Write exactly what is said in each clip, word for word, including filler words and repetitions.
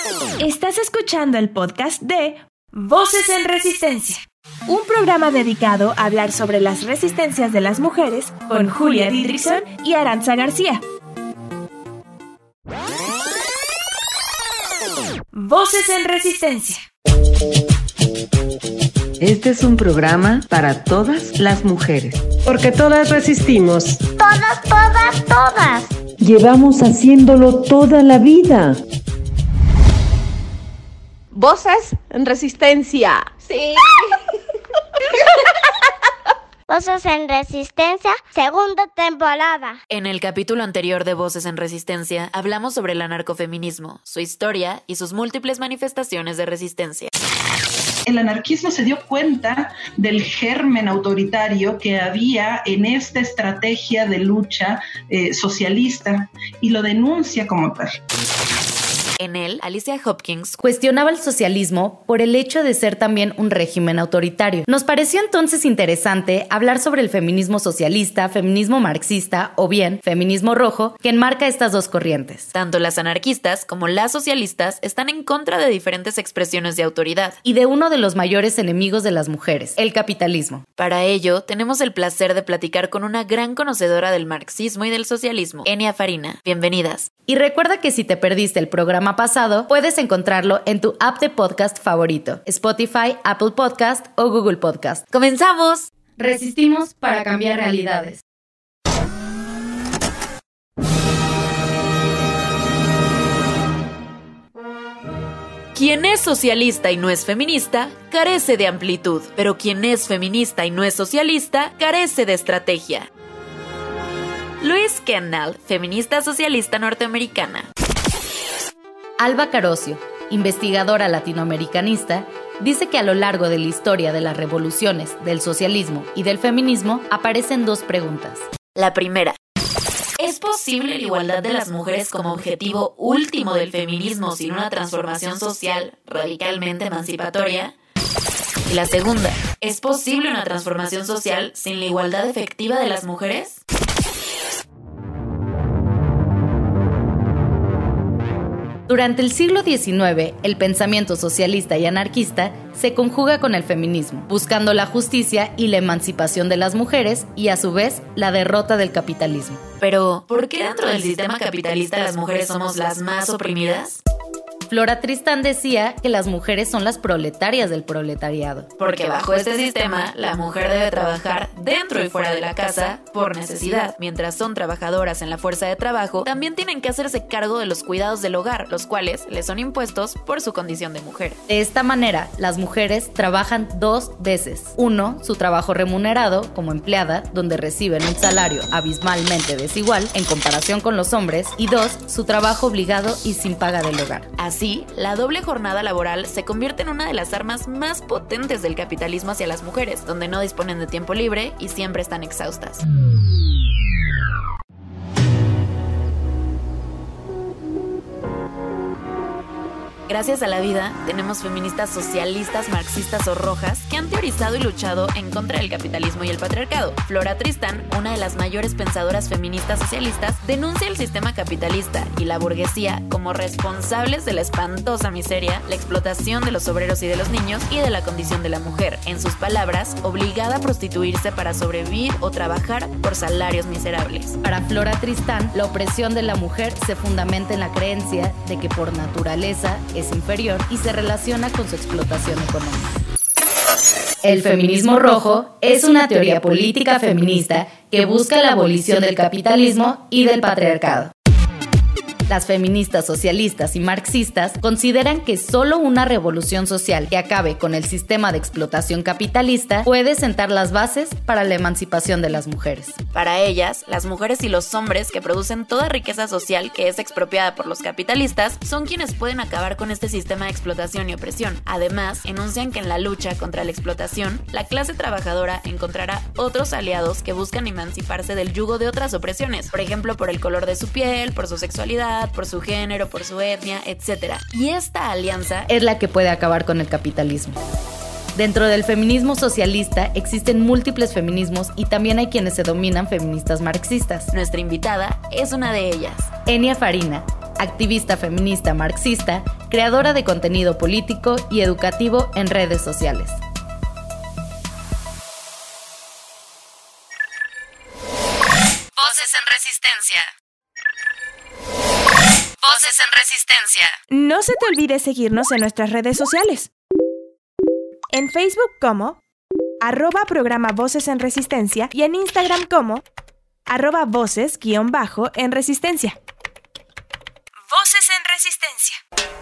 Estás escuchando el podcast de Voces en Resistencia, un programa dedicado a hablar sobre las resistencias de las mujeres con Julia Didrikson y Arantxa García. Voces en Resistencia. Este es un programa para todas las mujeres. Porque todas resistimos. Todas, todas, todas. Llevamos haciéndolo toda la vida. Voces en Resistencia. Sí. Voces en Resistencia, segunda temporada. En el capítulo anterior de Voces en Resistencia, hablamos sobre el anarcofeminismo, su historia y sus múltiples manifestaciones de resistencia. El anarquismo se dio cuenta del germen autoritario que había en esta estrategia de lucha eh, socialista y lo denuncia como tal. En él, Alicia Hopkins cuestionaba el socialismo por el hecho de ser también un régimen autoritario. Nos pareció entonces interesante hablar sobre el feminismo socialista, feminismo marxista o bien feminismo rojo que enmarca estas dos corrientes. Tanto las anarquistas como las socialistas están en contra de diferentes expresiones de autoridad y de uno de los mayores enemigos de las mujeres, el capitalismo. Para ello, tenemos el placer de platicar con una gran conocedora del marxismo y del socialismo, Enia Farina. Bienvenidas. Y recuerda que si te perdiste el programa pasado, puedes encontrarlo en tu app de podcast favorito, Spotify, Apple Podcast o Google Podcast. ¡Comenzamos! Resistimos para cambiar realidades. Quien es socialista y no es feminista, carece de amplitud, pero quien es feminista y no es socialista, carece de estrategia. Louise Kendall, feminista socialista norteamericana. Alba Carocio, investigadora latinoamericanista, dice que a lo largo de la historia de las revoluciones, del socialismo y del feminismo aparecen dos preguntas. La primera, ¿es posible la igualdad de las mujeres como objetivo último del feminismo sin una transformación social radicalmente emancipatoria? Y la segunda, ¿es posible una transformación social sin la igualdad efectiva de las mujeres? Durante el siglo diecinueve, el pensamiento socialista y anarquista se conjuga con el feminismo, buscando la justicia y la emancipación de las mujeres y, a su vez, la derrota del capitalismo. Pero, ¿por qué dentro del sistema capitalista las mujeres somos las más oprimidas? Flora Tristán decía que las mujeres son las proletarias del proletariado. Porque bajo este sistema, la mujer debe trabajar dentro y fuera de la casa por necesidad. Mientras son trabajadoras en la fuerza de trabajo, también tienen que hacerse cargo de los cuidados del hogar, los cuales les son impuestos por su condición de mujer. De esta manera, las mujeres trabajan dos veces. Uno, su trabajo remunerado como empleada, donde reciben un salario abismalmente desigual en comparación con los hombres. Y dos, su trabajo obligado y sin paga del hogar. Así, la doble jornada laboral se convierte en una de las armas más potentes del capitalismo hacia las mujeres, donde no disponen de tiempo libre y siempre están exhaustas. Gracias a la vida, tenemos feministas socialistas, marxistas o rojas que han teorizado y luchado en contra del capitalismo y el patriarcado. Flora Tristán, una de las mayores pensadoras feministas socialistas, denuncia el sistema capitalista y la burguesía como responsables de la espantosa miseria, la explotación de los obreros y de los niños y de la condición de la mujer. En sus palabras, obligada a prostituirse para sobrevivir o trabajar por salarios miserables. Para Flora Tristán, la opresión de la mujer se fundamenta en la creencia de que por naturaleza es inferior y se relaciona con su explotación económica. El feminismo rojo es una teoría política feminista que busca la abolición del capitalismo y del patriarcado. Las feministas socialistas y marxistas consideran que solo una revolución social que acabe con el sistema de explotación capitalista puede sentar las bases para la emancipación de las mujeres. Para ellas, las mujeres y los hombres que producen toda riqueza social que es expropiada por los capitalistas son quienes pueden acabar con este sistema de explotación y opresión. Además, enuncian que en la lucha contra la explotación, la clase trabajadora encontrará otros aliados que buscan emanciparse del yugo de otras opresiones, por ejemplo, por el color de su piel, por su sexualidad, por su género, por su etnia, etcétera. Y esta alianza es la que puede acabar con el capitalismo. Dentro del feminismo socialista existen múltiples feminismos y también hay quienes se dominan feministas marxistas. Nuestra invitada es una de ellas. Enia Farina, activista feminista marxista, creadora de contenido político y educativo en redes sociales. Voces en Resistencia. Voces en Resistencia. No se te olvide seguirnos en nuestras redes sociales. En Facebook como arroba programa Voces en Resistencia y en Instagram como arroba voces guión bajo en Resistencia. Voces en Resistencia.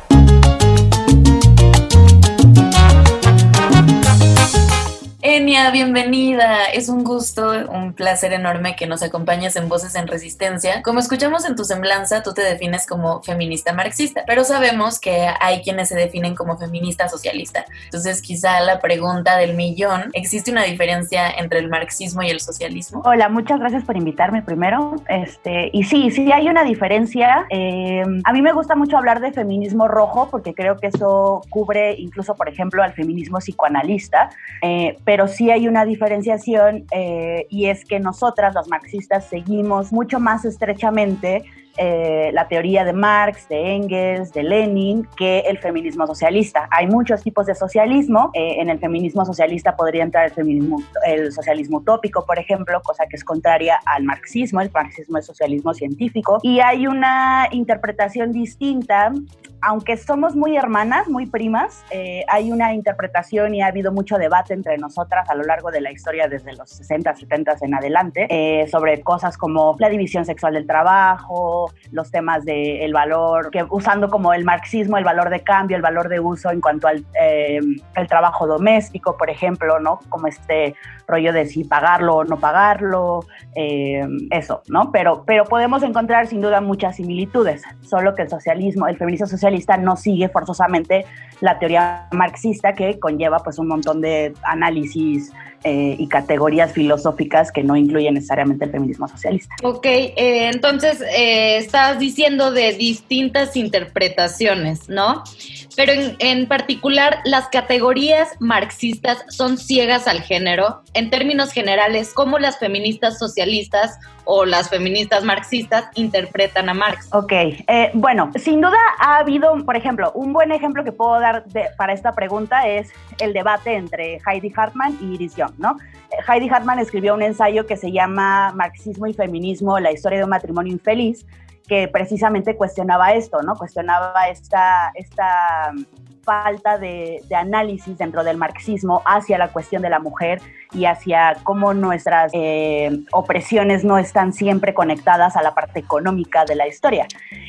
Enia, bienvenida. Es un gusto, un placer enorme que nos acompañes en Voces en Resistencia. Como escuchamos en tu semblanza, tú te defines como feminista marxista, pero sabemos que hay quienes se definen como feminista socialista. Entonces, quizá la pregunta del millón, ¿existe una diferencia entre el marxismo y el socialismo? Hola, muchas gracias por invitarme primero. Este, y sí, sí hay una diferencia. Eh, a mí me gusta mucho hablar de feminismo rojo porque creo que eso cubre incluso, por ejemplo, al feminismo psicoanalista, eh, pero pero sí hay una diferenciación eh, y es que nosotras, las marxistas, seguimos mucho más estrechamente eh, la teoría de Marx, de Engels, de Lenin, que el feminismo socialista. Hay muchos tipos de socialismo. Eh, en el feminismo socialista podría entrar el, feminismo, el socialismo utópico, por ejemplo, cosa que es contraria al marxismo. El marxismo es socialismo científico. Y hay una interpretación distinta. Aunque somos muy hermanas, muy primas, eh, hay una interpretación y ha habido mucho debate entre nosotras a lo largo de la historia desde los sesenta, setenta en adelante eh, sobre cosas como la división sexual del trabajo, los temas del valor, que usando como el marxismo, el valor de cambio, el valor de uso en cuanto al eh, el trabajo doméstico, por ejemplo, ¿no? Como este rollo de si pagarlo o no pagarlo, eh, eso, ¿no? Pero, pero podemos encontrar sin duda muchas similitudes, solo que el socialismo, el feminismo socialista no sigue forzosamente la teoría marxista que conlleva pues un montón de análisis eh, y categorías filosóficas que no incluyen necesariamente el feminismo socialista. Ok, eh, entonces eh, estabas diciendo de distintas interpretaciones, ¿no? Pero en, en particular, las categorías marxistas son ciegas al género. En términos generales, ¿cómo las feministas socialistas o las feministas marxistas interpretan a Marx? Ok, eh, bueno, sin duda ha habido, por ejemplo, un buen ejemplo que puedo dar de, para esta pregunta es el debate entre Heidi Hartman y Iris Young, ¿no? Heidi Hartman escribió un ensayo que se llama Marxismo y Feminismo, la historia de un matrimonio infeliz, que precisamente cuestionaba esto, ¿no? Cuestionaba esta, esta falta de, de análisis dentro del marxismo hacia la cuestión de la mujer y hacia cómo nuestras eh, opresiones no están siempre conectadas a la parte económica de la historia.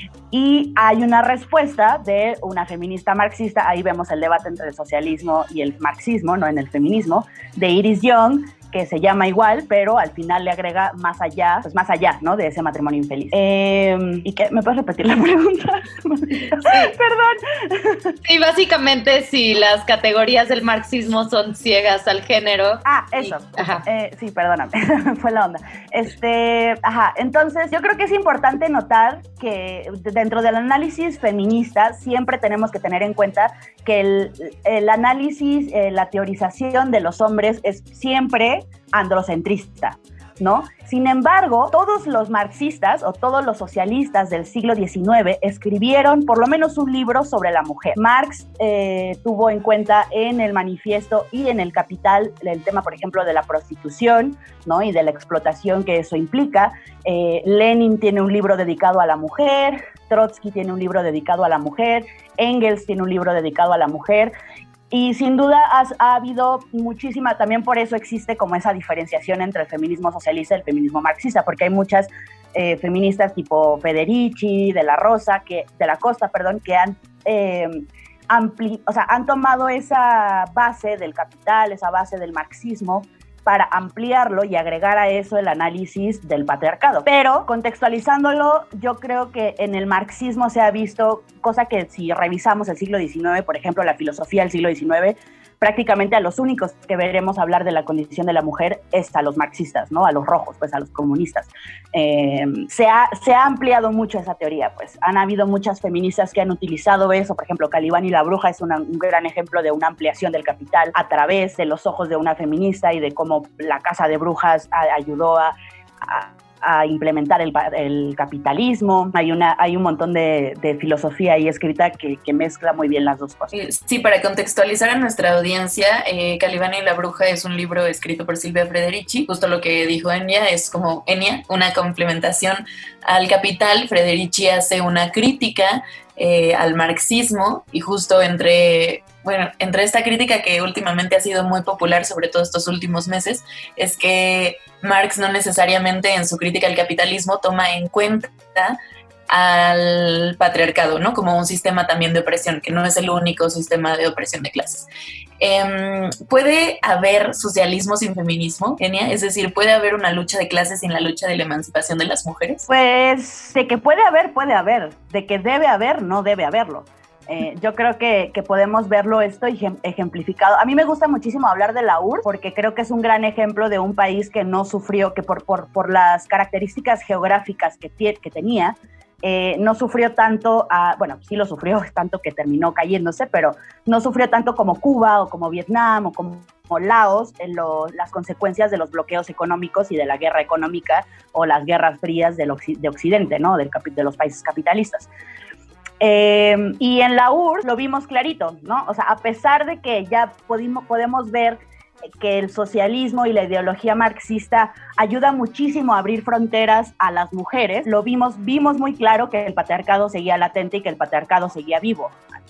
Y hay una respuesta de una feminista marxista, ahí vemos el debate entre el socialismo y el marxismo, no en el feminismo, de Iris Young, que se llama igual, pero al final le agrega más allá, pues más allá, ¿no? De ese matrimonio infeliz. Eh, ¿Y qué? ¿Me puedes repetir la pregunta? Sí. Perdón. Sí, básicamente si las categorías del marxismo son ciegas al género. Ah, eso. Y, ajá. Eh, sí, perdóname, fue la onda. Este, ajá, entonces yo creo que es importante notar que dentro del análisis feminista siempre tenemos que tener en cuenta que el, el análisis, eh, la teorización de los hombres es siempre androcentrista, ¿no? Sin embargo, todos los marxistas o todos los socialistas del siglo diecinueve escribieron por lo menos un libro sobre la mujer. Marx eh, tuvo en cuenta en el Manifiesto y en el Capital el tema, por ejemplo, de la prostitución, ¿no? Y de la explotación que eso implica. Eh, Lenin tiene un libro dedicado a la mujer, Trotsky tiene un libro dedicado a la mujer, Engels tiene un libro dedicado a la mujer. Y sin duda has, ha habido muchísima, también por eso existe como esa diferenciación entre el feminismo socialista y el feminismo marxista, porque hay muchas eh, feministas tipo Federici, de la Rosa, que, de la Costa, perdón, que han, eh, ampli, o sea, han tomado esa base del Capital, esa base del marxismo, para ampliarlo y agregar a eso el análisis del patriarcado. Pero contextualizándolo, yo creo que en el marxismo se ha visto, cosa que si revisamos el siglo diecinueve, por ejemplo, la filosofía del siglo diecinueve, prácticamente a los únicos que veremos hablar de la condición de la mujer es a los marxistas, ¿no? A los rojos, pues a los comunistas. Eh, se, ha, se ha ampliado mucho esa teoría, pues. Han habido muchas feministas que han utilizado eso, por ejemplo, Calibán y la Bruja es una, un gran ejemplo de una ampliación del capital a través de los ojos de una feminista y de cómo la Casa de Brujas a, ayudó a, a a implementar el, el capitalismo. Hay, una, hay un montón de, de filosofía ahí escrita que, que mezcla muy bien las dos cosas. Sí, para contextualizar a nuestra audiencia, eh, Calibana y la bruja es un libro escrito por Silvia Federici. Justo lo que dijo Enya es como Enya, una complementación al Capital. Federici hace una crítica eh, al marxismo y justo entre... Bueno, entre esta crítica que últimamente ha sido muy popular, sobre todo estos últimos meses, es que Marx no necesariamente en su crítica al capitalismo toma en cuenta al patriarcado, ¿no? Como un sistema también de opresión, que no es el único sistema de opresión de clases. Eh, ¿Puede haber socialismo sin feminismo, Enya? Es decir, ¿puede haber una lucha de clases sin la lucha de la emancipación de las mujeres? Pues de que puede haber, puede haber. De que debe haber, no debe haberlo. Eh, yo creo que, que podemos verlo esto ejemplificado. A mí me gusta muchísimo hablar de la U R S S porque creo que es un gran ejemplo de un país que no sufrió, que por, por, por las características geográficas que, que tenía, eh, no sufrió tanto, a, bueno, sí lo sufrió, tanto que terminó cayéndose, pero no sufrió tanto como Cuba o como Vietnam o como, como Laos en lo, las consecuencias de los bloqueos económicos y de la guerra económica o las guerras frías del, de Occidente, ¿no? Del, de los países capitalistas. Eh, y en la U R S S lo vimos clarito, ¿no? O sea, a pesar de que ya podimos, podemos ver que el socialismo y la ideología marxista ayuda muchísimo a abrir fronteras a las mujeres, lo vimos, vimos muy claro que el patriarcado seguía latente y que el patriarcado seguía vivo.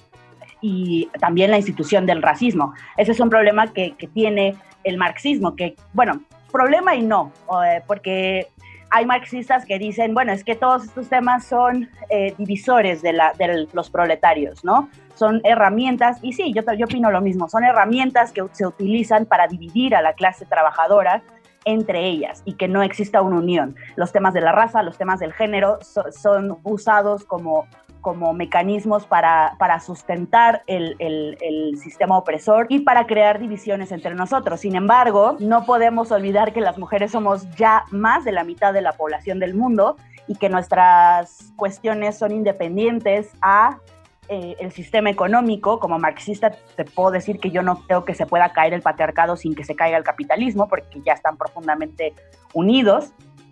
Y también la institución del racismo. Ese es un problema que, que tiene el marxismo, que, bueno, problema y no, eh, porque... Hay marxistas que dicen, bueno, es que todos estos temas son eh, divisores de, la, de los proletarios, ¿no? Son herramientas, y sí, yo, yo opino lo mismo, son herramientas que se utilizan para dividir a la clase trabajadora entre ellas y que no exista una unión. Los temas de la raza, los temas del género so, son usados como, como mecanismos para, para sustentar el, el, el sistema opresor y para crear divisiones entre nosotros. Sin embargo, no podemos olvidar que las mujeres somos ya más de la mitad de la población del mundo y que nuestras cuestiones son independientes a eh, el sistema económico. Como marxista te puedo decir que yo no creo que se pueda caer el patriarcado sin que se caiga el capitalismo, porque ya están profundamente unidos.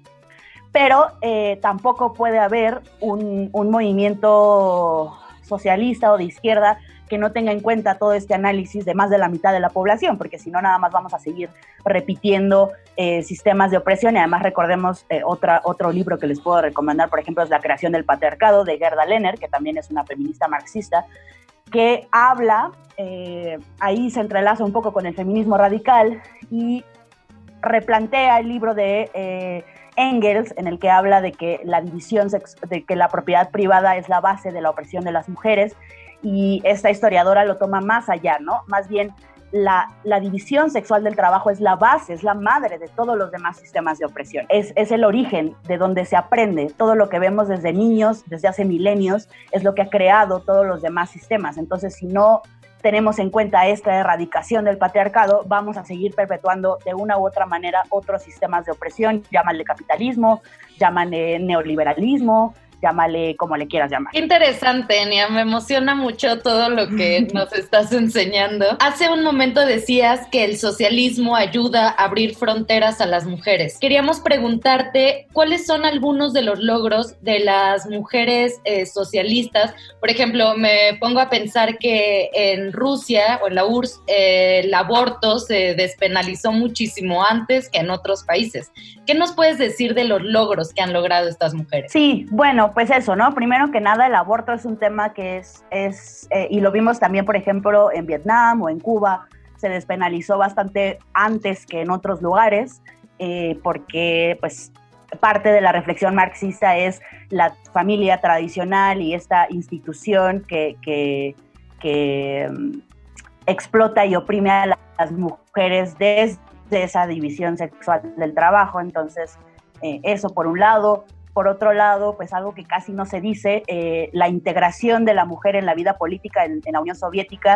Pero eh, tampoco puede haber un, un movimiento socialista o de izquierda que no tenga en cuenta todo este análisis de más de la mitad de la población, porque si no nada más vamos a seguir repitiendo eh, sistemas de opresión. Y además recordemos eh, otra, otro libro que les puedo recomendar, por ejemplo, es La creación del patriarcado, de Gerda Lerner, que también es una feminista marxista, que habla, eh, ahí se entrelaza un poco con el feminismo radical y replantea el libro de... Eh, Engels, en el que habla de que la división, de que la propiedad privada es la base de la opresión de las mujeres, y esta historiadora lo toma más allá, ¿no? Más bien, la, la división sexual del trabajo es la base, es la madre de todos los demás sistemas de opresión. Es, es el origen de donde se aprende. Todo lo que vemos desde niños, desde hace milenios, es lo que ha creado todos los demás sistemas. Entonces, si no tenemos en cuenta esta erradicación del patriarcado, vamos a seguir perpetuando de una u otra manera otros sistemas de opresión. Llámale capitalismo, llámale neoliberalismo, llámale como le quieras llamar. Qué interesante, Enya, me emociona mucho todo lo que nos estás enseñando. Hace un momento decías que el socialismo ayuda a abrir fronteras a las mujeres. Queríamos preguntarte cuáles son algunos de los logros de las mujeres eh, socialistas. Por ejemplo, me pongo a pensar que en Rusia o en la U R S S eh, el aborto se despenalizó muchísimo antes que en otros países. ¿Qué nos puedes decir de los logros que han logrado estas mujeres? Sí, bueno, pues eso, ¿no? Primero que nada, el aborto es un tema que es, es eh, y lo vimos también, por ejemplo, en Vietnam o en Cuba, se despenalizó bastante antes que en otros lugares, eh, porque pues parte de la reflexión marxista es la familia tradicional y esta institución que, que, que um, explota y oprime a las mujeres desde esa división sexual del trabajo. Entonces, eh, eso por un lado. Por otro lado, pues algo que casi no se dice, eh, la integración de la mujer en la vida política en, en la Unión Soviética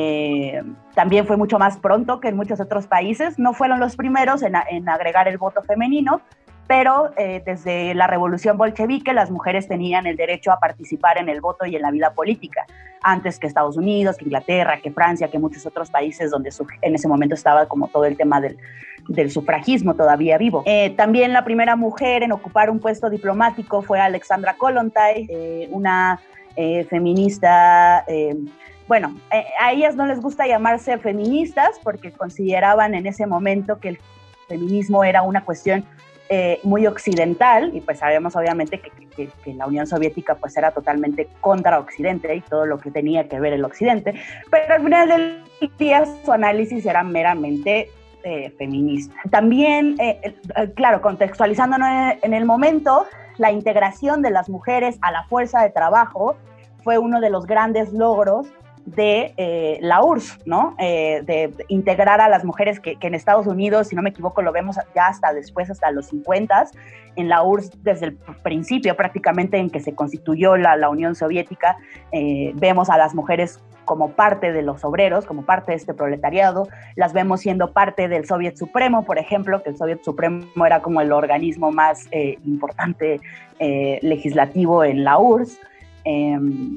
eh, también fue mucho más pronto que en muchos otros países. No fueron los primeros en, a, en agregar el voto femenino, pero eh, desde la revolución bolchevique las mujeres tenían el derecho a participar en el voto y en la vida política, antes que Estados Unidos, que Inglaterra, que Francia, que muchos otros países donde su, en ese momento estaba como todo el tema del, del sufragismo todavía vivo. Eh, también la primera mujer en ocupar un puesto diplomático fue Alexandra Kollontai, eh, una eh, feminista... Eh, bueno, eh, a ellas no les gusta llamarse feministas porque consideraban en ese momento que el feminismo era una cuestión eh, muy occidental, y pues sabemos obviamente que, que, que la Unión Soviética pues era totalmente contra Occidente y todo lo que tenía que ver el Occidente, pero al final del día su análisis era meramente eh, feminista. También, eh, eh, claro, contextualizándonos en el momento, la integración de las mujeres a la fuerza de trabajo fue uno de los grandes logros de eh, la U R S S, ¿no? Eh, de integrar a las mujeres que, que en Estados Unidos, si no me equivoco, lo vemos ya hasta después, hasta los cincuenta, en la U R S S desde el principio prácticamente en que se constituyó la, la Unión Soviética, eh, vemos a las mujeres como parte de los obreros, como parte de este proletariado, las vemos siendo parte del Soviet Supremo, por ejemplo, que el Soviet Supremo era como el organismo más eh, importante eh, legislativo en la U R S S. Eh,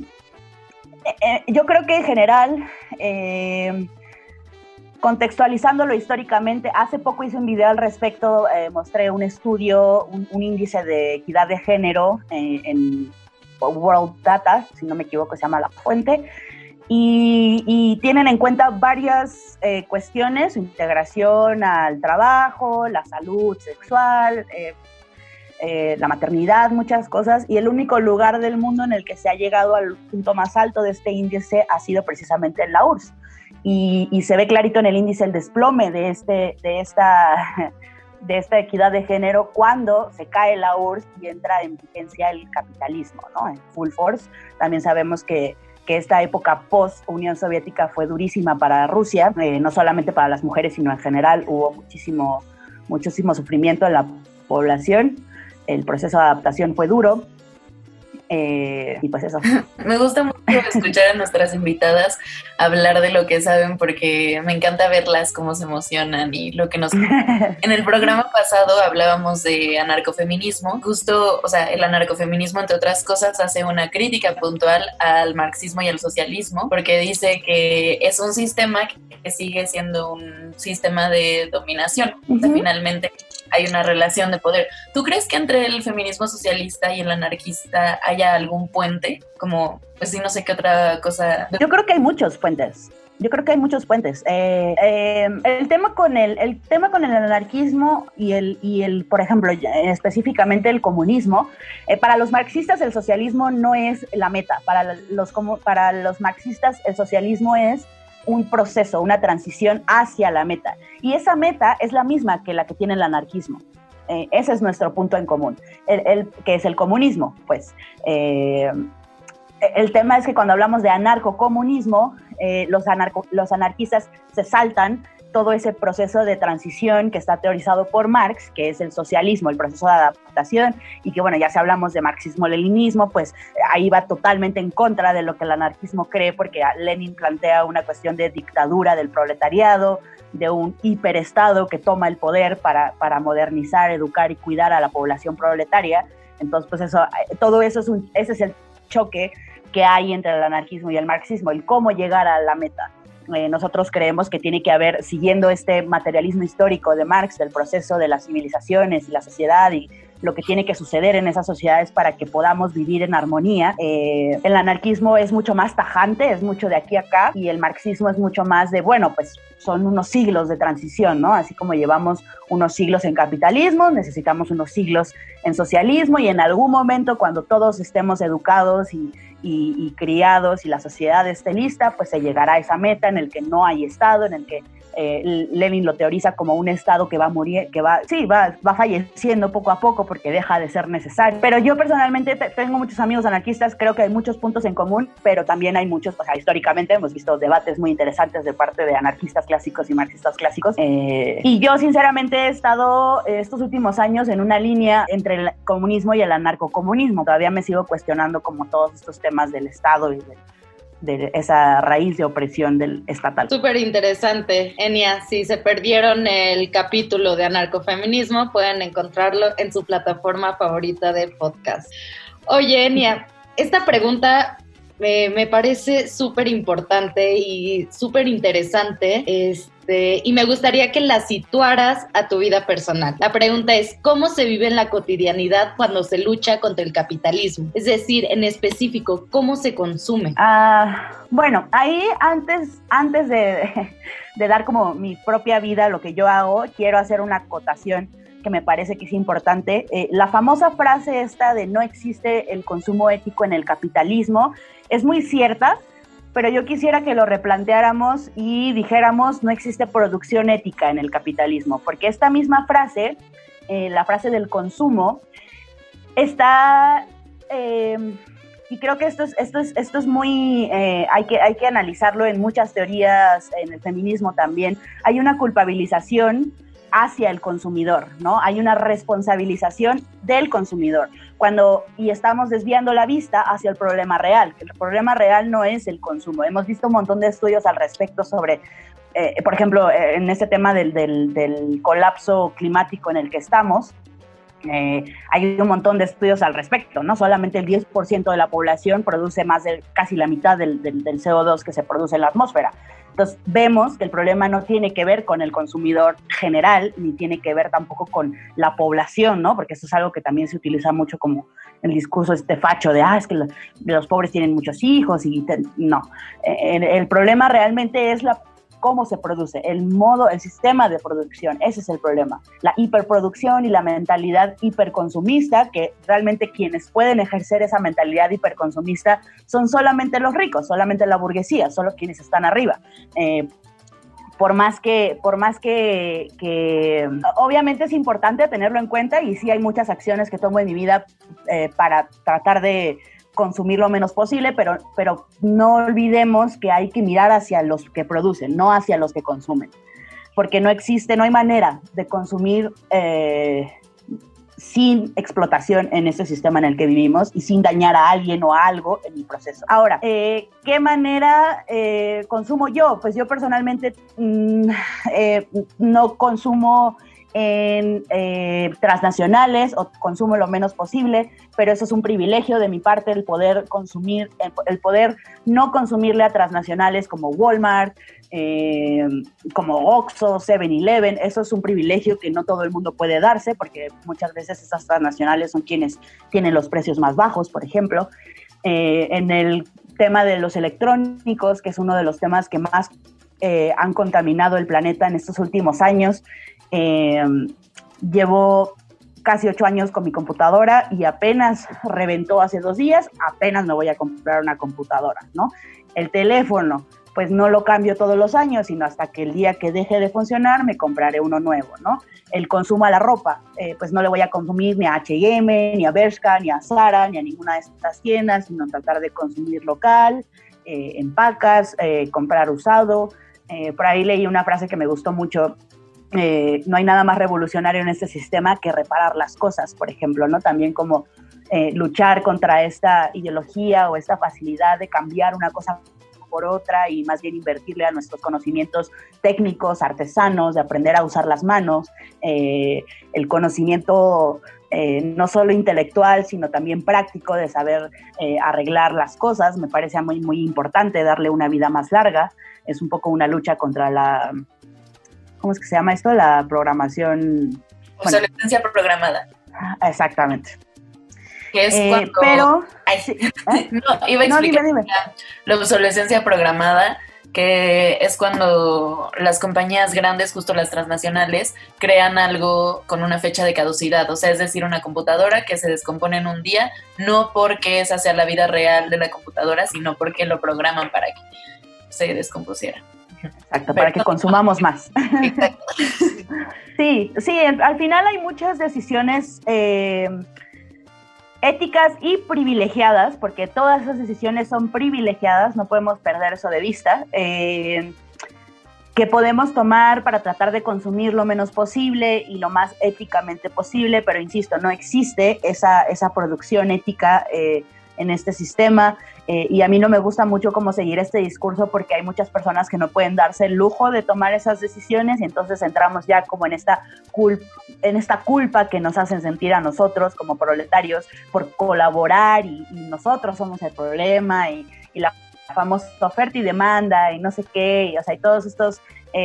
Eh, yo creo que en general, eh, contextualizándolo históricamente, hace poco hice un video al respecto, eh, mostré un estudio, un, un índice de equidad de género eh, en World Data, si no me equivoco se llama la fuente, y, y tienen en cuenta varias eh, cuestiones, integración al trabajo, la salud sexual, eh, Eh, la maternidad, muchas cosas, y el único lugar del mundo en el que se ha llegado al punto más alto de este índice ha sido precisamente en la U R S S, y, y se ve clarito en el índice el desplome de, este, de, esta, de esta equidad de género cuando se cae la U R S S y entra en vigencia el capitalismo, ¿no? En full force. También sabemos que que esta época post-Unión Soviética fue durísima para Rusia, eh, no solamente para las mujeres, sino en general hubo muchísimo, muchísimo sufrimiento en la población. El proceso de adaptación fue duro, eh, y pues eso. Me gusta mucho escuchar a nuestras invitadas hablar de lo que saben, porque me encanta verlas cómo se emocionan y lo que nos... En el programa pasado hablábamos de anarcofeminismo, justo, o sea, el anarcofeminismo, entre otras cosas, hace una crítica puntual al marxismo y al socialismo, porque dice que es un sistema que sigue siendo un sistema de dominación. Uh-huh. O sea, finalmente hay una relación de poder. ¿Tú crees que entre el feminismo socialista y el anarquista haya algún puente? Como, pues sí, no sé qué otra cosa. Yo creo que hay muchos puentes. Yo creo que hay muchos puentes. Eh, eh, el tema con el, el tema con el anarquismo y el, y el, por ejemplo, específicamente el comunismo, eh, para los marxistas el socialismo no es la meta. Para los, para los marxistas el socialismo es un proceso, una transición hacia la meta. Y esa meta es la misma que la que tiene el anarquismo. Eh, ese es nuestro punto en común, el, el, que es el comunismo. Pues eh, el tema es que cuando hablamos de anarcocomunismo, eh, los, anarco, los anarquistas se saltan todo ese proceso de transición que está teorizado por Marx, que es el socialismo, el proceso de adaptación, y que bueno, ya si hablamos de marxismo-leninismo, pues ahí va totalmente en contra de lo que el anarquismo cree, porque Lenin plantea una cuestión de dictadura del proletariado, de un hiperestado que toma el poder para, para modernizar, educar y cuidar a la población proletaria. Entonces, pues eso, todo eso es un, ese es el choque que hay entre el anarquismo y el marxismo, el cómo llegar a la meta. Eh, nosotros creemos que tiene que haber, siguiendo este materialismo histórico de Marx, del proceso de las civilizaciones y la sociedad y lo que tiene que suceder en esas sociedades para que podamos vivir en armonía. Eh, el anarquismo es mucho más tajante, es mucho de aquí a acá, y el marxismo es mucho más de, bueno, pues son unos siglos de transición, ¿no? Así como llevamos unos siglos en capitalismo, necesitamos unos siglos en socialismo, y en algún momento cuando todos estemos educados y Y, y criados y la sociedad esté lista, pues se llegará a esa meta en el que no hay Estado, en el que eh, Lenin lo teoriza como un Estado que va a morir, que va, sí, va, va falleciendo poco a poco porque deja de ser necesario. Pero yo personalmente tengo muchos amigos anarquistas, creo que hay muchos puntos en común, pero también hay muchos, o sea, históricamente hemos visto debates muy interesantes de parte de anarquistas clásicos y marxistas clásicos. Eh, y yo sinceramente he estado estos últimos años en una línea entre el comunismo y el anarcocomunismo. Todavía me sigo cuestionando como todos estos temas del Estado y de, de esa raíz de opresión del estatal. Súper interesante, Enia. Si se perdieron el capítulo de anarcofeminismo, pueden encontrarlo en su plataforma favorita de podcast. Oye, Enia, esta pregunta eh, me parece súper importante y súper interesante. Este, y me gustaría que la situaras a tu vida personal. La pregunta es, ¿cómo se vive en la cotidianidad cuando se lucha contra el capitalismo? Es decir, en específico, ¿cómo se consume? Ah, bueno, ahí antes, antes de, de dar como mi propia vida, lo que yo hago, quiero hacer una acotación que me parece que es importante. Eh, la famosa frase esta de no existe el consumo ético en el capitalismo es muy cierta, pero yo quisiera que lo replanteáramos y dijéramos no existe producción ética en el capitalismo, porque esta misma frase, eh, la frase del consumo, está, eh, y creo que esto es, esto es, esto es muy, eh, hay que, hay que analizarlo en muchas teorías, en el feminismo también, hay una culpabilización hacia el consumidor, ¿no? Hay una responsabilización del consumidor, cuando, y estamos desviando la vista hacia el problema real, que el problema real no es el consumo. Hemos visto un montón de estudios al respecto sobre, eh, por ejemplo, eh, en este tema del, del, del colapso climático en el que estamos, eh, hay un montón de estudios al respecto, ¿no? Solamente el diez por ciento de la población produce más de casi la mitad del, del, del C O dos que se produce en la atmósfera. Entonces vemos que el problema no tiene que ver con el consumidor general, ni tiene que ver tampoco con la población, ¿no? Porque eso es algo que también se utiliza mucho como el discurso este facho de, ah, es que los, los pobres tienen muchos hijos y te, no. El, el problema realmente es la cómo se produce, el modo, el sistema de producción, ese es el problema. La hiperproducción y la mentalidad hiperconsumista, que realmente quienes pueden ejercer esa mentalidad hiperconsumista son solamente los ricos, solamente la burguesía, solo quienes están arriba. Eh, por más que, por más que, que obviamente es importante tenerlo en cuenta y sí hay muchas acciones que tomo en mi vida eh, para tratar de consumir lo menos posible, pero, pero no olvidemos que hay que mirar hacia los que producen, no hacia los que consumen, porque no existe, no hay manera de consumir eh, sin explotación en este sistema en el que vivimos y sin dañar a alguien o a algo en el proceso. Ahora, eh, ¿qué manera eh, consumo yo? Pues yo personalmente mmm, eh, no consumo en eh, transnacionales o consumo lo menos posible, pero eso es un privilegio de mi parte, el poder consumir, el, el poder no consumirle a transnacionales como Walmart, eh, como Oxxo, seven eleven, eso es un privilegio que no todo el mundo puede darse, porque muchas veces esas transnacionales son quienes tienen los precios más bajos, por ejemplo. Eh, en el tema de los electrónicos, que es uno de los temas que más eh, han contaminado el planeta en estos últimos años, Eh, llevo casi ocho años con mi computadora y apenas reventó hace dos días, apenas me voy a comprar una computadora, ¿no? El teléfono, pues no lo cambio todos los años, sino hasta que el día que deje de funcionar me compraré uno nuevo, ¿no? El consumo a la ropa, eh, pues no le voy a consumir ni a H y M, ni a Bershka, ni a Zara, ni a ninguna de estas tiendas, sino tratar de consumir local, eh, en pacas, eh, comprar usado. Eh, por ahí leí una frase que me gustó mucho. Eh, no hay nada más revolucionario en este sistema que reparar las cosas, por ejemplo, ¿no? También como eh, luchar contra esta ideología o esta facilidad de cambiar una cosa por otra y más bien invertirle a nuestros conocimientos técnicos, artesanos, de aprender a usar las manos, eh, el conocimiento eh, no solo intelectual, sino también práctico de saber eh, arreglar las cosas. Me parece muy, muy importante darle una vida más larga. Es un poco una lucha contra la... ¿Cómo es que se llama esto? La programación... Obsolescencia bueno. programada. Exactamente. Que es eh, cuando... Pero... Ay, sí. no, iba a explicar. No, dime, dime. La obsolescencia programada, que es cuando las compañías grandes, justo las transnacionales, crean algo con una fecha de caducidad. O sea, es decir, una computadora que se descompone en un día, no porque esa sea la vida real de la computadora, sino porque lo programan para que se descompusiera. Exacto, para que consumamos más. Exacto. Sí, sí, al final hay muchas decisiones eh, éticas y privilegiadas, porque todas esas decisiones son privilegiadas, no podemos perder eso de vista, eh, que podemos tomar para tratar de consumir lo menos posible y lo más éticamente posible, pero insisto, no existe esa, esa producción ética eh, en este sistema, eh, y a mí no me gusta mucho como seguir este discurso porque hay muchas personas que no pueden darse el lujo de tomar esas decisiones y entonces entramos ya como en esta culpa, en esta culpa que nos hacen sentir a nosotros como proletarios por colaborar y, y nosotros somos el problema y, y la famosa oferta y demanda y no sé qué, y, o sea, y todos estos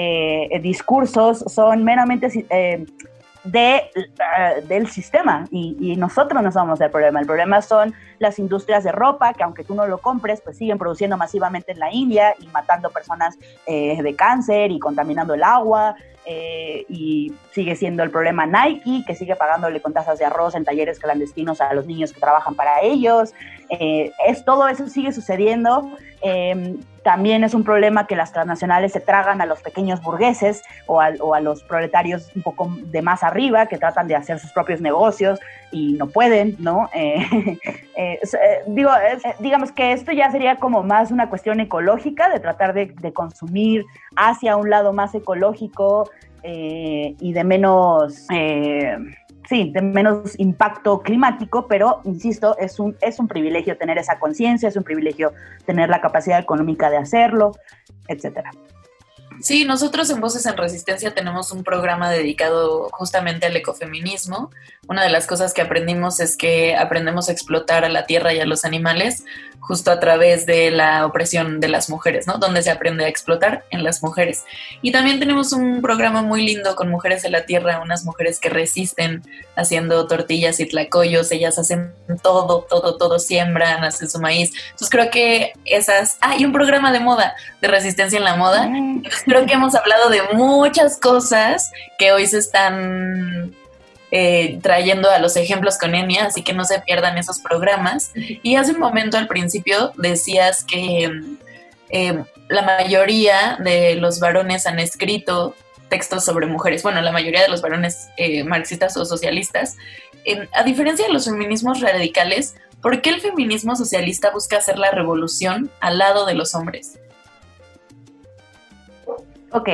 eh, discursos son meramente eh, de, uh, del sistema y, y nosotros no somos el problema. El problema son las industrias de ropa que aunque tú no lo compres, pues siguen produciendo masivamente en la India y matando personas eh, de cáncer y contaminando el agua. Eh, y sigue siendo el problema Nike, que sigue pagándole con tazas de arroz en talleres clandestinos a los niños que trabajan para ellos. Eh, es, todo eso sigue sucediendo. Eh, también es un problema que las transnacionales se tragan a los pequeños burgueses o a, o a los proletarios un poco de más arriba que tratan de hacer sus propios negocios y no pueden, ¿no? Eh, eh, eh, digo, eh, digamos que esto ya sería como más una cuestión ecológica, de tratar de, de consumir hacia un lado más ecológico eh, y de menos... Eh, Sí, de menos impacto climático, pero, insisto, es un, es un privilegio tener esa conciencia, es un privilegio tener la capacidad económica de hacerlo, etcétera. Sí, nosotros en Voces en Resistencia tenemos un programa dedicado justamente al ecofeminismo. Una de las cosas que aprendimos es que aprendemos a explotar a la tierra y a los animales justo a través de la opresión de las mujeres, ¿no? Donde se aprende a explotar en las mujeres. Y también tenemos un programa muy lindo con Mujeres de la Tierra, unas mujeres que resisten haciendo tortillas y tlacoyos. Ellas hacen todo, todo, todo, siembran, hacen su maíz. Entonces creo que esas... Ah, y un programa de moda, de resistencia en la moda. Entonces creo que hemos hablado de muchas cosas que hoy se están... Eh, trayendo a los ejemplos con Enia, así que no se pierdan esos programas. Y hace un momento al principio decías que eh, la mayoría de los varones han escrito textos sobre mujeres, bueno, la mayoría de los varones eh, marxistas o socialistas. Eh, a diferencia de los feminismos radicales, ¿por qué el feminismo socialista busca hacer la revolución al lado de los hombres? Ok.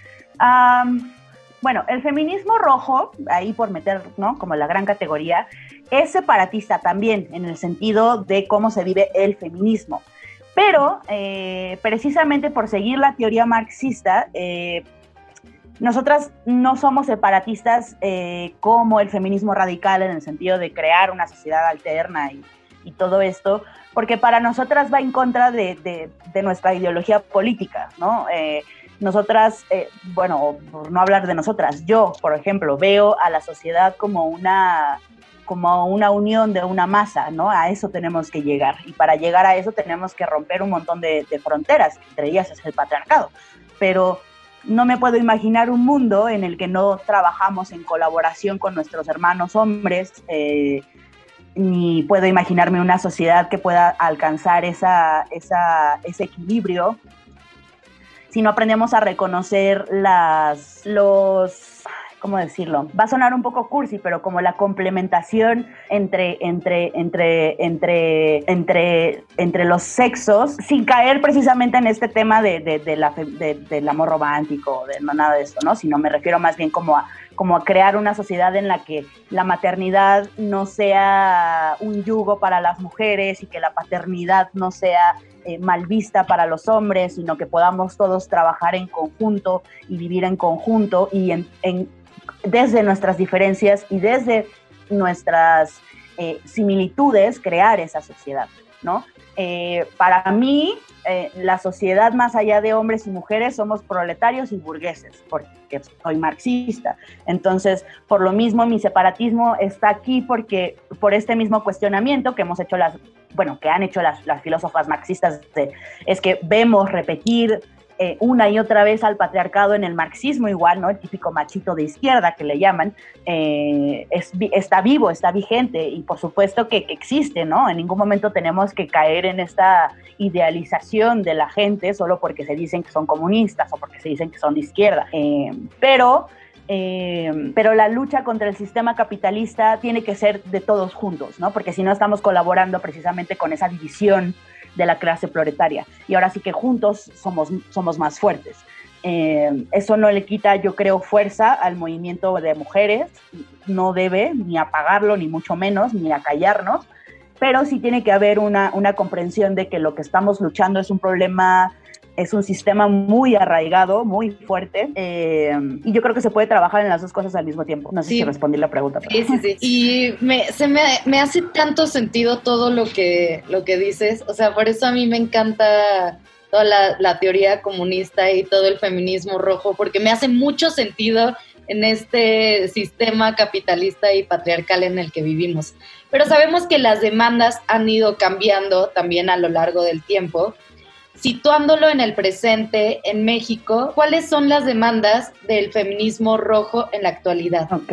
Um... Bueno, el feminismo rojo, ahí por meter, ¿no?, como la gran categoría, es separatista también en el sentido de cómo se vive el feminismo. Pero eh, precisamente por seguir la teoría marxista, eh, nosotras no somos separatistas eh, como el feminismo radical en el sentido de crear una sociedad alterna y, y todo esto, porque para nosotras va en contra de, de, de nuestra ideología política, ¿no? Eh, Nosotras, eh, bueno, por no hablar de nosotras, yo, por ejemplo, veo a la sociedad como una, como una unión de una masa, ¿no? A eso tenemos que llegar. Y para llegar a eso tenemos que romper un montón de, de fronteras, entre ellas es el patriarcado. Pero no me puedo imaginar un mundo en el que no trabajamos en colaboración con nuestros hermanos hombres, eh, ni puedo imaginarme una sociedad que pueda alcanzar esa, esa, ese equilibrio si no aprendemos a reconocer las, los, ¿cómo decirlo? Va a sonar un poco cursi, pero como la complementación entre, entre, entre, entre, entre, entre los sexos, sin caer precisamente en este tema de, de, de la, de, del amor romántico, de no nada de eso, ¿no? Sino me refiero más bien como a, como a crear una sociedad en la que la maternidad no sea un yugo para las mujeres y que la paternidad no sea Eh, mal vista para los hombres, sino que podamos todos trabajar en conjunto y vivir en conjunto y en, en, desde nuestras diferencias y desde nuestras eh, similitudes crear esa sociedad, ¿no? Eh, para mí, eh, la sociedad más allá de hombres y mujeres somos proletarios y burgueses, porque soy marxista. Entonces, por lo mismo, mi separatismo está aquí porque por este mismo cuestionamiento que hemos hecho las bueno, que han hecho las, las filósofas marxistas, de, es que vemos repetir eh, una y otra vez al patriarcado en el marxismo igual, ¿no? El típico machito de izquierda que le llaman, eh, es, está vivo, está vigente y por supuesto que, que existe, ¿no? En ningún momento tenemos que caer en esta idealización de la gente solo porque se dicen que son comunistas o porque se dicen que son de izquierda, eh, pero... Eh, pero la lucha contra el sistema capitalista tiene que ser de todos juntos, ¿no? Porque si no estamos colaborando precisamente con esa división de la clase proletaria. Y ahora sí que juntos somos, somos más fuertes. Eh, eso no le quita, yo creo, fuerza al movimiento de mujeres. No debe ni apagarlo, ni mucho menos, ni acallarnos. pero sí tiene que haber una, una comprensión de que lo que estamos luchando es un problema, es un sistema muy arraigado, muy fuerte, eh, y yo creo que se puede trabajar en las dos cosas al mismo tiempo. No sé sí. si respondí la pregunta. Pero... Sí, sí, sí. Y me, se me, me hace tanto sentido todo lo que, lo que dices, o sea, por eso a mí me encanta toda la, la teoría comunista y todo el feminismo rojo, porque me hace mucho sentido en este sistema capitalista y patriarcal en el que vivimos. Pero sabemos que las demandas han ido cambiando también a lo largo del tiempo. Situándolo en el presente, en México, ¿cuáles son las demandas del feminismo rojo en la actualidad? Ok.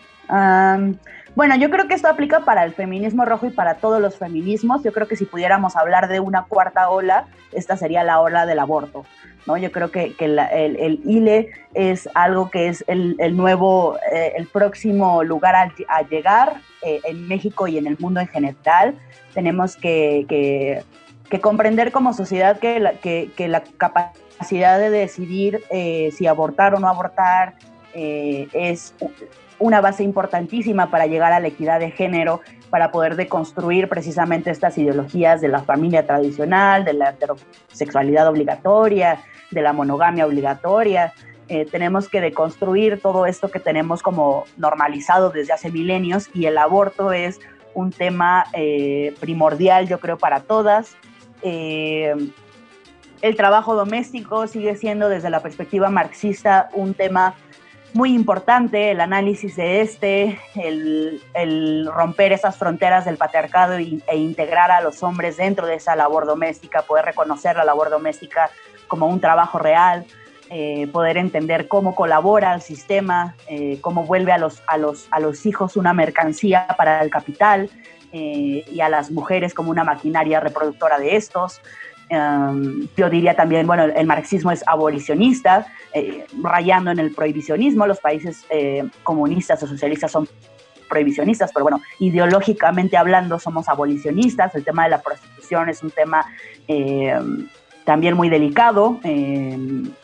Um, bueno, yo creo que esto aplica para el feminismo rojo y para todos los feminismos. Yo creo que si pudiéramos hablar de una cuarta ola, esta sería la ola del aborto, ¿no? Yo creo que, que la, el, el I L E es algo que es el, el nuevo, eh, el próximo lugar a, a llegar eh, en México y en el mundo en general. Tenemos que... que que comprender como sociedad que la, que, que la capacidad de decidir eh, si abortar o no abortar eh, es una base importantísima para llegar a la equidad de género, para poder deconstruir precisamente estas ideologías de la familia tradicional, de la heterosexualidad obligatoria, de la monogamia obligatoria. Eh, tenemos que deconstruir todo esto que tenemos como normalizado desde hace milenios, y el aborto es un tema eh, primordial, yo creo, para todas. Eh, el trabajo doméstico sigue siendo, desde la perspectiva marxista, un tema muy importante, el análisis de este, el, el romper esas fronteras del patriarcado y, e integrar a los hombres dentro de esa labor doméstica, poder reconocer la labor doméstica como un trabajo real, eh, poder entender cómo colabora el sistema, eh, cómo vuelve a los, a, los, a los hijos una mercancía para el capital, Eh, y a las mujeres como una maquinaria reproductora de estos. Um, yo diría también, bueno, el marxismo es abolicionista, eh, rayando en el prohibicionismo. Los países eh, comunistas o socialistas son prohibicionistas, pero bueno, ideológicamente hablando somos abolicionistas. El tema de la prostitución es un tema eh, también muy delicado. Eh,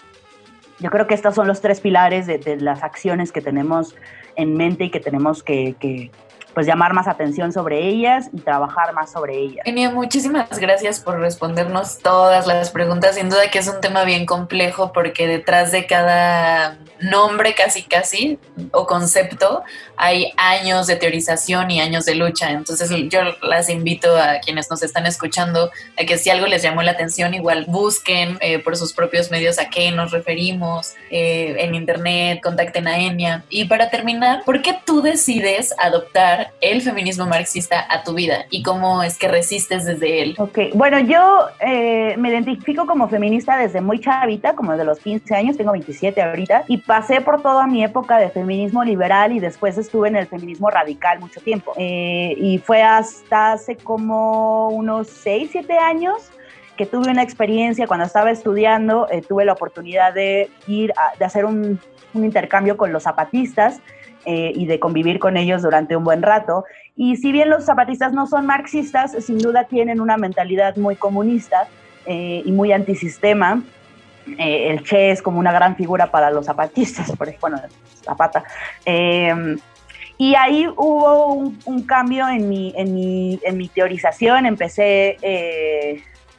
yo creo que estos son los tres pilares de, de las acciones que tenemos en mente y que tenemos que... que pues llamar más atención sobre ellas y trabajar más sobre ellas. Enia, muchísimas gracias por respondernos todas las preguntas. Sin duda que es un tema bien complejo, porque detrás de cada nombre casi casi o concepto hay años de teorización y años de lucha. Entonces yo las invito a quienes nos están escuchando a que si algo les llamó la atención, igual busquen eh, por sus propios medios a qué nos referimos, eh, en internet, contacten a Enia. Y para terminar, ¿por qué tú decides adoptar el feminismo marxista a tu vida y cómo es que resistes desde él? Ok, bueno, yo eh, me identifico como feminista desde muy chavita, como desde los quince años, tengo veintisiete ahorita, y pasé por toda mi época de feminismo liberal y después estuve en el feminismo radical mucho tiempo. Eh, y fue hasta hace como unos seis, siete años que tuve una experiencia cuando estaba estudiando, eh, tuve la oportunidad de ir a, de hacer un, un intercambio con los zapatistas, Eh, y de convivir con ellos durante un buen rato. Y si bien los zapatistas no son marxistas, sin duda tienen una mentalidad muy comunista eh, y muy antisistema. Eh, el Che es como una gran figura para los zapatistas, por ejemplo, bueno, Zapata. Eh, y ahí hubo un, un cambio en mi, en, mi, en mi teorización. Empecé eh,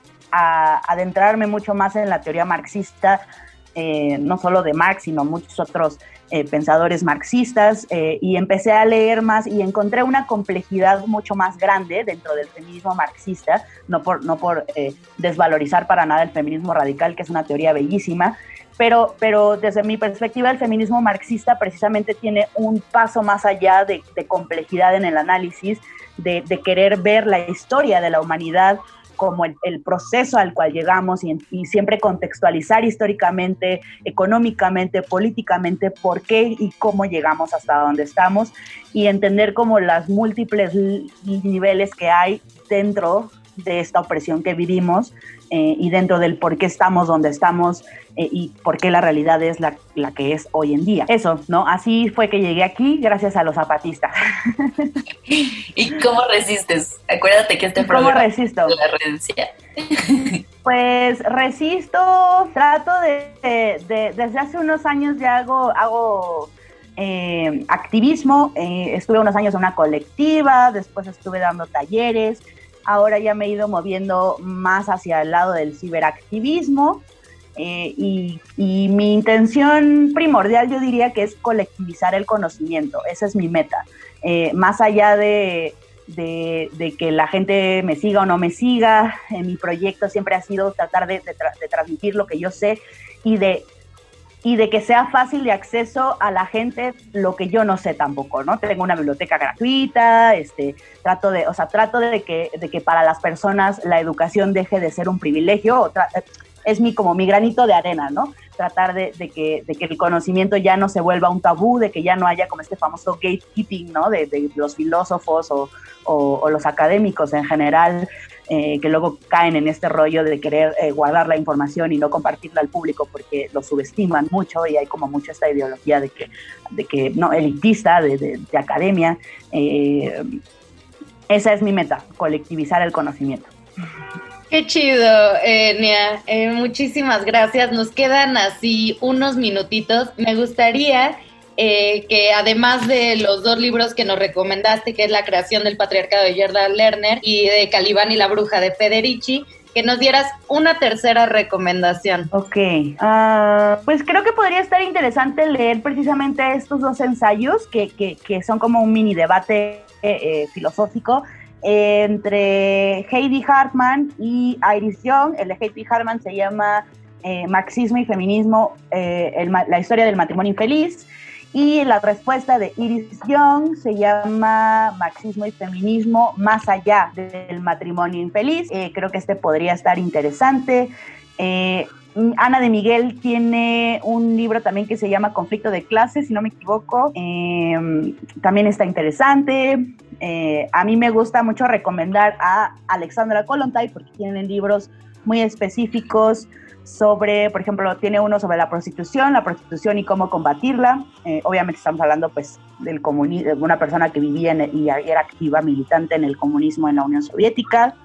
a adentrarme mucho más en la teoría marxista, eh, no solo de Marx, sino muchos otros Eh, pensadores marxistas, eh, y empecé a leer más y encontré una complejidad mucho más grande dentro del feminismo marxista, no por, no por eh, desvalorizar para nada el feminismo radical, que es una teoría bellísima, pero, pero desde mi perspectiva el feminismo marxista precisamente tiene un paso más allá de, de complejidad en el análisis, de, de querer ver la historia de la humanidad como el, el proceso al cual llegamos, y, y siempre contextualizar históricamente, económicamente, políticamente, por qué y cómo llegamos hasta donde estamos, y entender como las múltiples niveles que hay dentro de esta opresión que vivimos, eh, y dentro del por qué estamos donde estamos, eh, y por qué la realidad es la, la que es hoy en día. Eso, ¿no? Así fue que llegué aquí, gracias a los zapatistas. ¿Y cómo resistes? Acuérdate que este programa ¿Cómo resisto? Es la redencia. Pues resisto, trato de, de, de, desde hace unos años ya hago, hago eh, activismo, eh, estuve unos años en una colectiva, después estuve dando talleres, ahora ya me he ido moviendo más hacia el lado del ciberactivismo. Eh, y, y mi intención primordial yo diría que es colectivizar el conocimiento, esa es mi meta, eh, más allá de, de, de que la gente me siga o no me siga, eh, mi proyecto siempre ha sido tratar de, de, tra- de transmitir lo que yo sé y de, y de que sea fácil de acceso a la gente lo que yo no sé tampoco, ¿no? Tengo una biblioteca gratuita, este, trato de, o sea, trato de que, de que para las personas la educación deje de ser un privilegio, o tra- es mi, como mi granito de arena, ¿no? Tratar de, de, que, de que el conocimiento ya no se vuelva un tabú, de que ya no haya como este famoso gatekeeping, ¿no? De, de los filósofos o, o, o los académicos en general, eh, que luego caen en este rollo de querer eh, guardar la información y no compartirla al público porque lo subestiman mucho y hay como mucho esta ideología de que, de que no, elitista, de, de, de academia. Eh, esa es mi meta, colectivizar el conocimiento. Qué chido, Enia. Eh, muchísimas gracias. Nos quedan así unos minutitos. Me gustaría eh, que además de los dos libros que nos recomendaste, que es La creación del patriarcado de Gerda Lerner y de Calibán y la bruja de Federici, que nos dieras una tercera recomendación. Ok, uh, pues creo que podría estar interesante leer precisamente estos dos ensayos que, que, que son como un mini debate eh, filosófico entre Heidi Hartman y Iris Young. El de Heidi Hartman se llama eh, Marxismo y Feminismo, eh, el, la historia del matrimonio infeliz, y la respuesta de Iris Young se llama Marxismo y Feminismo más allá del matrimonio infeliz. Eh, creo que este podría estar interesante. Eh, Ana de Miguel tiene un libro también que se llama Conflicto de Clases, si no me equivoco. Eh, también está interesante. Eh, a mí me gusta mucho recomendar a Alexandra Kollontai porque tienen libros muy específicos sobre, por ejemplo, tiene uno sobre la prostitución, la prostitución y cómo combatirla. Eh, obviamente estamos hablando pues del comunismo, de una persona que vivía en el, y era activa militante en el comunismo en la Unión Soviética.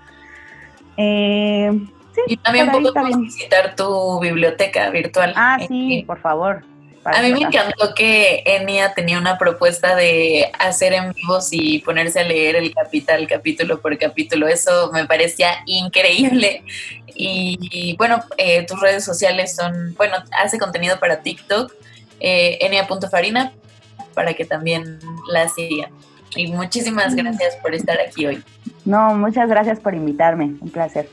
Eh, sí, y también podemos bien. visitar tu biblioteca virtual. Ah, sí, por favor. A mí me encantó que Enia tenía una propuesta de hacer en vivos y ponerse a leer el Capital capítulo por capítulo. Eso me parecía increíble. Y, y bueno, eh, tus redes sociales son, bueno, hace contenido para TikTok, eh, enia punto farina, para que también la sigan. Y muchísimas gracias por estar aquí hoy. No, muchas gracias por invitarme. Un placer.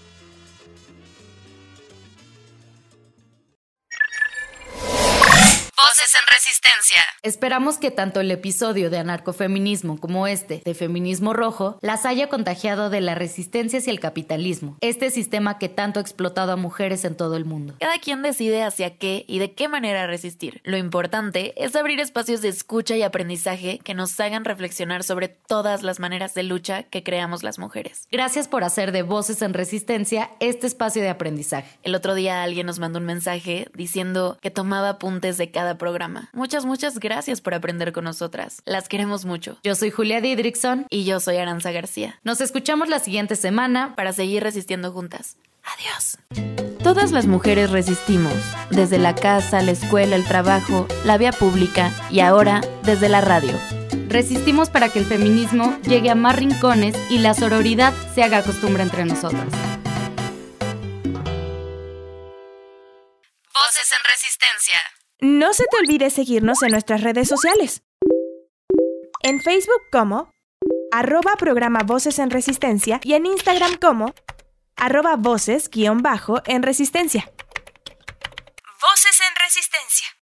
Voces en Resistencia. Esperamos que tanto el episodio de anarcofeminismo como este de Feminismo Rojo las haya contagiado de la resistencia hacia el capitalismo, este sistema que tanto ha explotado a mujeres en todo el mundo. Cada quien decide hacia qué y de qué manera resistir. Lo importante es abrir espacios de escucha y aprendizaje que nos hagan reflexionar sobre todas las maneras de lucha que creamos las mujeres. Gracias por hacer de Voces en Resistencia este espacio de aprendizaje. El otro día alguien nos mandó un mensaje diciendo que tomaba apuntes de cada programa. Muchas, muchas gracias por aprender con nosotras. Las queremos mucho. Yo soy Julia Didrikson. Y yo soy Aranza García. Nos escuchamos la siguiente semana para seguir resistiendo juntas. Adiós. Todas las mujeres resistimos, desde la casa, la escuela, el trabajo, la vía pública y ahora desde la radio. Resistimos para que el feminismo llegue a más rincones y la sororidad se haga costumbre entre nosotras. Voces en Resistencia. No se te olvide seguirnos en nuestras redes sociales. En Facebook como arroba programa Voces en Resistencia y en Instagram como arroba voces guión bajo en Resistencia. Voces en Resistencia.